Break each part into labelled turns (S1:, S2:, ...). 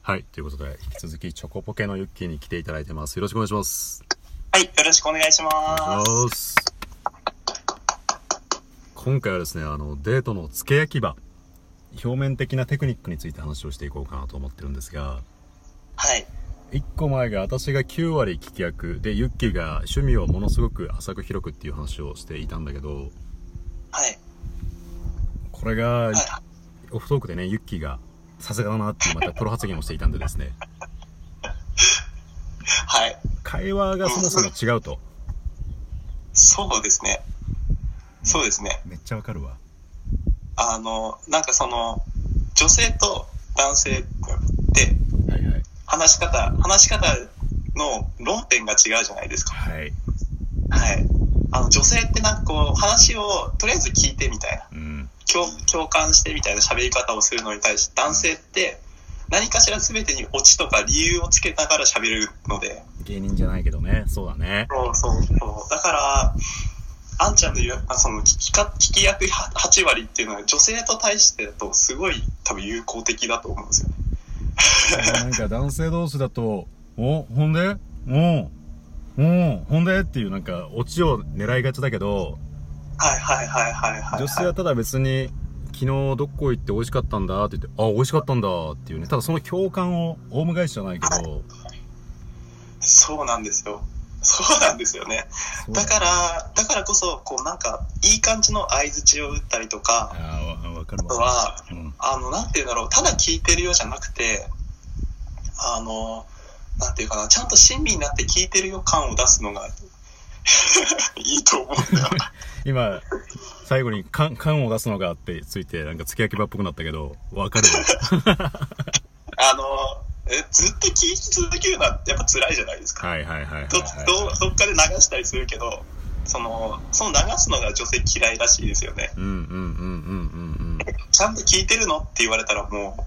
S1: はい、ということで引き続きチョコポケのユッキーに来ていただいてます。よろしくお願いします。
S2: はい、よろしくお願いします。
S1: 今回はですね、デートの付け焼き場、表面的なテクニックについて話をしていこうかなと思ってるんですが、
S2: はい。
S1: 1個前が私が9割聞き役で、ユッキーが趣味をものすごく浅く広くっていう話をしていたんだけど、
S2: はい。
S1: これが、はい、オフトークでね、ユッキーがさすがだなっていうまたプロ発言をしていたんでですね
S2: はい。
S1: 会話がそもそも違うと。
S2: そうですね。そうですね。
S1: めっちゃわかるわ。
S2: なんかその女性と男性って、
S1: はいはい、
S2: 話し方の論点が違うじゃないですか。
S1: はい
S2: はい。女性ってなんかこう話をとりあえず聞いてみたいな、
S1: うん、
S2: 共感してみたいな喋り方をするのに対して、男性って何かしら全てにオチとか理由をつけながら喋るので。
S1: 芸人じゃないけどね。そうだね。
S2: そうだからあんちゃんの言うその聞き役8割っていうのは女性と対してだとすごい多分有効的だと思うんですよね
S1: なんか男性同士だとほんでほんでっていうなんかオチを狙いがちだけど、
S2: はい、
S1: 女性はただ別に昨日どこ行って美味しかったんだって言って、あ、美味しかったんだっていうね、ただその共感をオウム返しじゃないけど、はい、
S2: そうなんですよね。だからこそこうなんかいい感じの相槌を打ったりとか、
S1: わかるわ。あと
S2: は、なんていうんだろう、ただ聞いてるようじゃなくて、なんていうかな、ちゃんと親身になって聞いてるよ感を出すのがいいと思うんだよ
S1: 今最後に感を出すのがってついてなんか付け焼き場っぽくなったけど、わかるわ
S2: ずっと聞き続けるのはやっぱ辛いじゃないですか。
S1: はい、
S2: どっかで流したりするけど、その流すのが女性嫌いらしいですよね。ちゃんと聞いてるのって言われたらも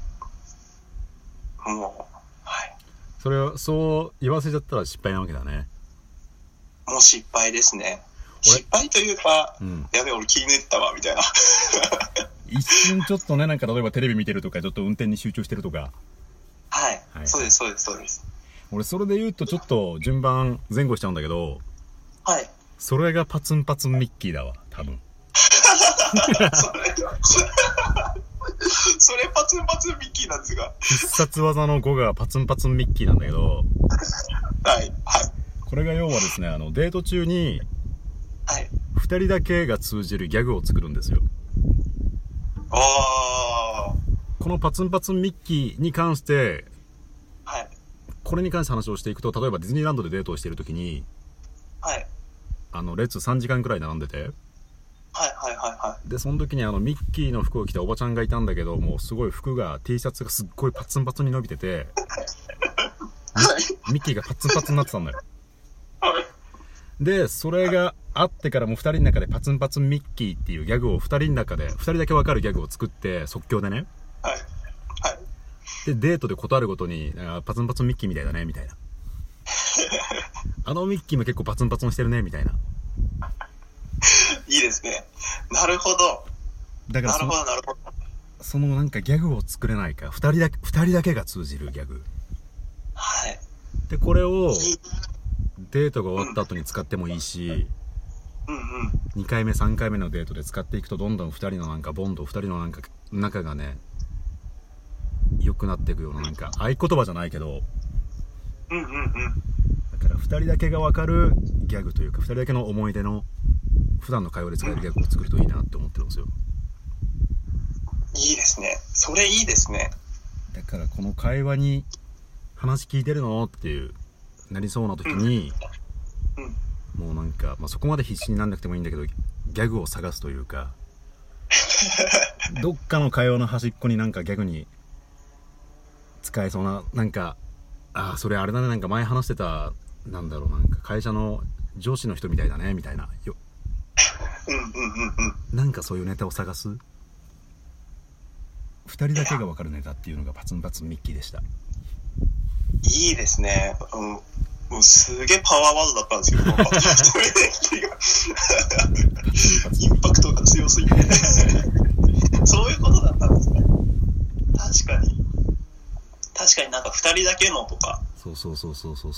S2: うはい。
S1: それをそう言わせちゃったら失敗なわけだね。
S2: もう失敗ですね。失敗というか、やべえ俺気抜いたわみたいな
S1: 一瞬ちょっとね、なんか例えばテレビ見てるとか、ちょっと運転に集中してるとか。
S2: はい、そうです。
S1: 俺それで言うとちょっと順番前後しちゃうんだけど、
S2: はい。
S1: それがパツンパツンミッキーだわ、多分
S2: それパツンパツンミッキーなんですが、
S1: 必殺技の5がパツンパツンミッキーなんだけど
S2: はい。
S1: これが要はですね、デート中に2人だけが通じるギャグを作るんですよ。このパツンパツンミッキーに関して、
S2: はい、
S1: これに関して話をしていくと、例えばディズニーランドでデートをしているときに、
S2: はい、
S1: 列3時間くらい並んでて、でその時にミッキーの服を着たおばちゃんがいたんだけど、もうすごい服が T シャツがすっごいパツンパツンに伸びててミッキーがパツンパツンになってたんだよ。でそれがあってからもう2人の中でパツンパツンミッキーっていうギャグを2人の中で2人だけ分かるギャグを作って即興でね、でデートで断るごとにパツンパツンミッキーみたいだねみたいなミッキーも結構パツンパツンしてるねみたいな。
S2: いいですね。なるほど。
S1: だからなるほど。そのなんかギャグを作れないか、2人だけが通じるギャグ。
S2: はい。
S1: でこれをデートが終わった後に使ってもいいし、2回目3回目のデートで使っていくと、どんどん2人のなんかボンド、2人のなんか仲がね良くなっていくような、なんか合言葉じゃないけど、だから2人だけが分かるギャグというか、2人だけの思い出の普段の会話で使えるギャグを作るといいなって思ってるんですよ。
S2: いいですね。それいいですね。
S1: だからこの会話に話聞いてるのっていうなりそうな時に、もうなんか、そこまで必死になんなくてもいいんだけど、ギャグを探すというかどっかの会話の端っこになんかギャグに使えそうな、なんかそれあれだね、なんか前話してた、なんだろう、なんか会社の上司の人みたいだねみたいななんかそういうネタを探す、2人だけが分かるネタっていうのがパツンパツンミッキーでした。
S2: いいですね。もうすげえパワーワードだったんですけどパツンパツンミッキーがインパクトが強すぎてそういうことだったんですね。確かに確かになんか2人だけのとか、
S1: そう
S2: 合言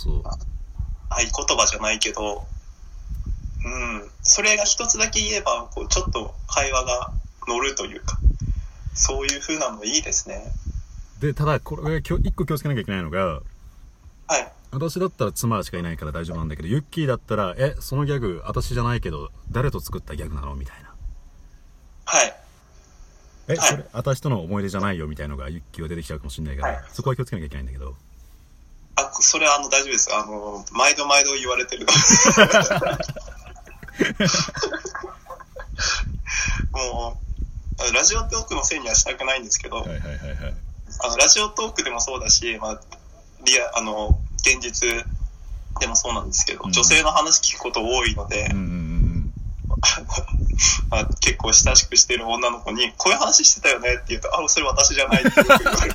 S2: 葉じゃないけど、それが一つだけ言えばこうちょっと会話が乗るというか、そういう風なのいいですね。
S1: で、ただこれ一個気をつけなきゃいけないのが、
S2: はい、
S1: 私だったら妻しかいないから大丈夫なんだけど、ユッキーだったらそのギャグ私じゃないけど誰と作ったギャグなのみたいな。
S2: はい。
S1: それ私との思い出じゃないよみたいのがユッキーは出てきちゃうかもしれないから、そこは気をつけなきゃいけないんだけど。
S2: それは大丈夫です。毎度言われてるもうラジオトークのせいにはしたくないんですけど、ラジオトークでもそうだし、現実でもそうなんですけど、女性の話聞くこと多いので、結構親しくしてる女の子にこういう話してたよねって言うと、それ私じゃないってよく言われ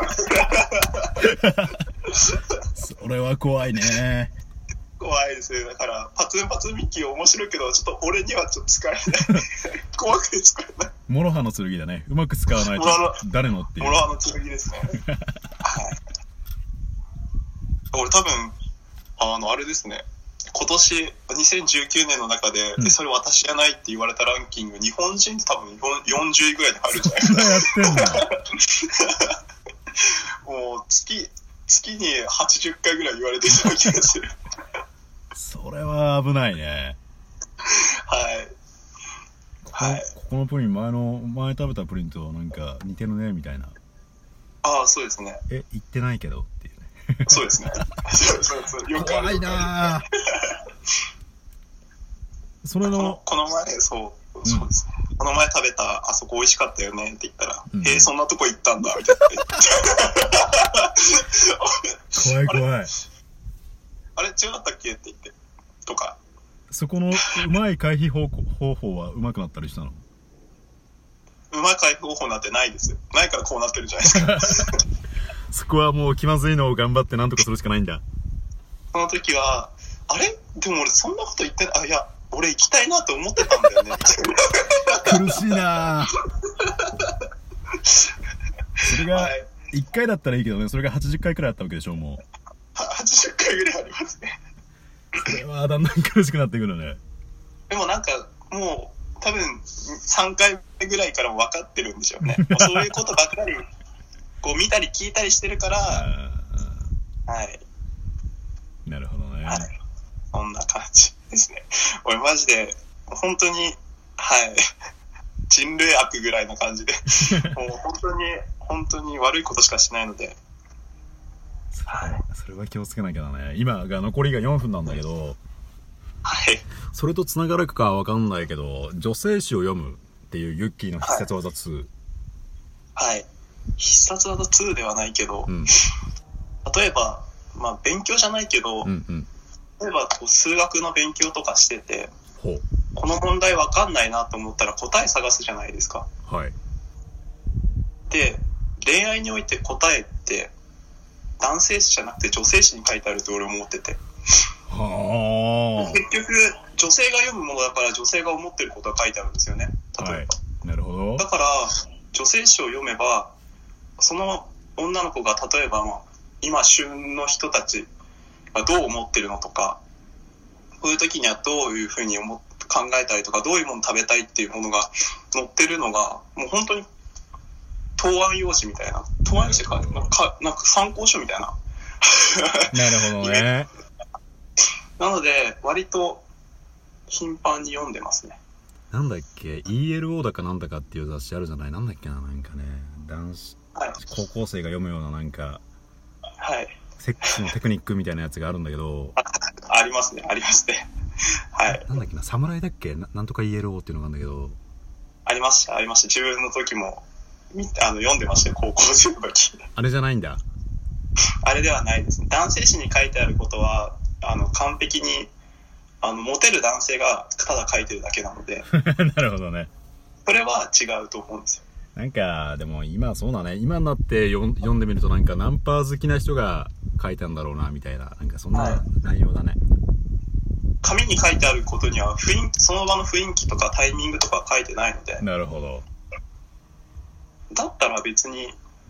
S2: ます
S1: それは怖いね。
S2: 怖いですよ。だからパツンパツンミッキー面白いけど、ちょっと俺にはちょっと使えない怖くて使えない。
S1: モロハの剣だね。うまく使わないと誰のっていう。
S2: モロハの剣ですね。俺多分あれですね、今年2019年の中で、それ私じゃないって言われたランキング、日本人って多分40位ぐらいに入るんじゃないかな。やってんだ。もう月に80回ぐらい言われてる気がする。
S1: それは危ないね。ここのプリン前食べたプリンとなんか似てるねみたいな。
S2: そうですね。
S1: 言ってないけどっていうね。
S2: そうですね。よく
S1: 怖いな。それの
S2: この前そうですね。この前食べたあそこ美味しかったよねって言ったら、そんなとこ行ったんだみたいな。
S1: 怖い。
S2: あれ違ったっけって言ってとか。
S1: そこのうまい回避方法はうまくなったりしたの？
S2: うまい回避方法なんてないですよ。ないからこうなってるじゃないですか。
S1: そこはもう気まずいのを頑張って何とかするしかないんだ。
S2: その時はでも俺そんなこと言ってない。いや俺行きたいなと思ってたんだよね。
S1: 苦しいな。それが1回だったらいいけどね、それが80回くらいあったわけでしょ。もう
S2: 80回ぐらいありますね。
S1: それはだんだん苦しくなってくるね。
S2: でもなんかもう多分3回目ぐらいからも分かってるんでしょうね。もうそういうことばっかりこう見たり聞いたりしてるから。
S1: なるほどね。
S2: そんな感じですね。俺マジで本当に人類悪ぐらいな感じでもう本当に悪いことしかしないので。
S1: それは気をつけなきゃだね。今が残りが4分なんだけど、それとつながるかは分かんないけど、女性誌を読むっていうユッキーの必殺技2。
S2: 必殺技2ではないけど、例えば勉強じゃないけど、例えばこう数学の勉強とかしてて、この問題分かんないなと思ったら答え探すじゃないですか。で、恋愛において答えって男性誌じゃなくて女性誌に書いてあると俺思ってて、結局女性が読むものだから女性が思ってることが書いてあるんですよね。例えば、
S1: なるほど。
S2: だから女性誌を読めばその女の子が例えば今旬の人たちがどう思ってるのとか、こういう時にはどういうふうに考えたりとか、どういうもの食べたいっていうものが載ってるのがもう本当に答案用紙みたいな、答案用紙かなんか参考書みたいな。
S1: なるほどね。
S2: なので割と頻繁に読んでますね。
S1: なんだっけ ELO だかなんだかっていう雑誌あるじゃない。なんだっけな、なんかね、男子、高校生が読むようななんか、セックスのテクニックみたいなやつがあるんだけど、
S2: ありますね。
S1: なんだっけな、侍だっけ なんとか ELO っていうのがあるんだけど、
S2: ありました。自分の時も読んでましたよ、高校生の時。
S1: あれじゃないんだ。
S2: あれではないですね。男性誌に書いてあることは完璧にモテる男性がただ書いてるだけなので。
S1: なるほどね。
S2: それは違うと思うんですよ。
S1: なんかでも今そうだね、今になって読んでみるとなんかナンパ好きな人が書いたんだろうなみたいな、なんかそんな内容だね。
S2: 紙に書いてあることにはその場の雰囲気とかタイミングとか書いてないので。
S1: なるほど。
S2: だったら別に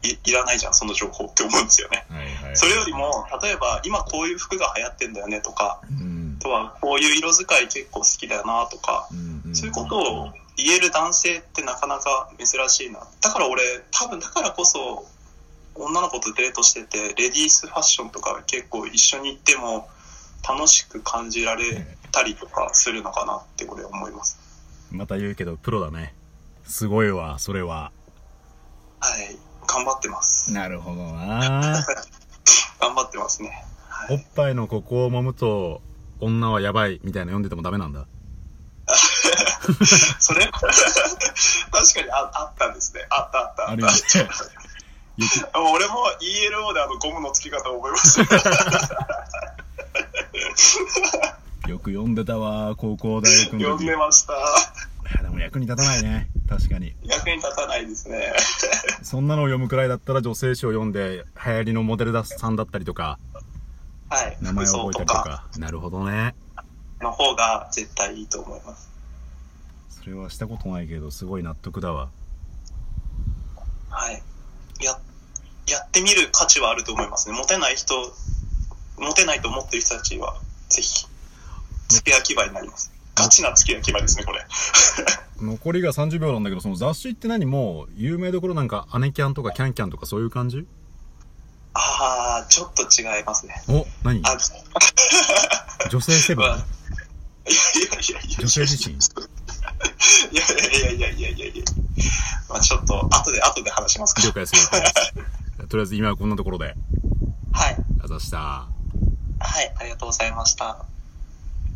S2: いらないじゃん、その情報って思うんですよね。
S1: はいはいはい、
S2: それよりも、例えば、今こういう服が流行ってんだよねとか、あとはこういう色使い結構好きだよなとか、そういうことを言える男性ってなかなか珍しいな。だから俺、多分だからこそ、女の子とデートしてて、レディースファッションとか結構一緒に行っても楽しく感じられたりとかするのかなって俺は思います。
S1: また言うけど、プロだね。すごいわ、それは。
S2: はい。頑張ってます。
S1: なるほどな
S2: 頑張ってますね、はい。
S1: おっぱいのここを揉むと女はやばいみたいな読んでてもダメなんだ
S2: それ確かに あったんですね。あった
S1: ある
S2: 俺も ELO でゴムの付き方を覚えました
S1: よく読んでたわ、高校大学の時。
S2: 読んでました。
S1: でも役に立たないね、確かに。
S2: 役に立たないですね。
S1: そんなのを読むくらいだったら女性誌を読んで流行りのモデルさんだったりとか、
S2: はい、
S1: 名前を覚えたりとか。なるほどね。
S2: の方が絶対いいと思います。
S1: それはしたことないけどすごい納得だわ。
S2: はい。やってみる価値はあると思いますね。モテないと思ってる人たちはぜひ付け焼き場になります。ガチな付け焼き場ですね、これ。
S1: 残りが30秒なんだけど、その雑誌って何、もう有名どころなんかアネキャンとかキャンキャンとかそういう感じ？
S2: ああ、ちょっと違いますね。
S1: お、何？女性セブン？いや女性自身？
S2: いや、まあちょっと後で話しますか。
S1: 了解です。とりあえず今はこんなところで。
S2: はい。
S1: あざした。
S2: はい、ありがとうございました。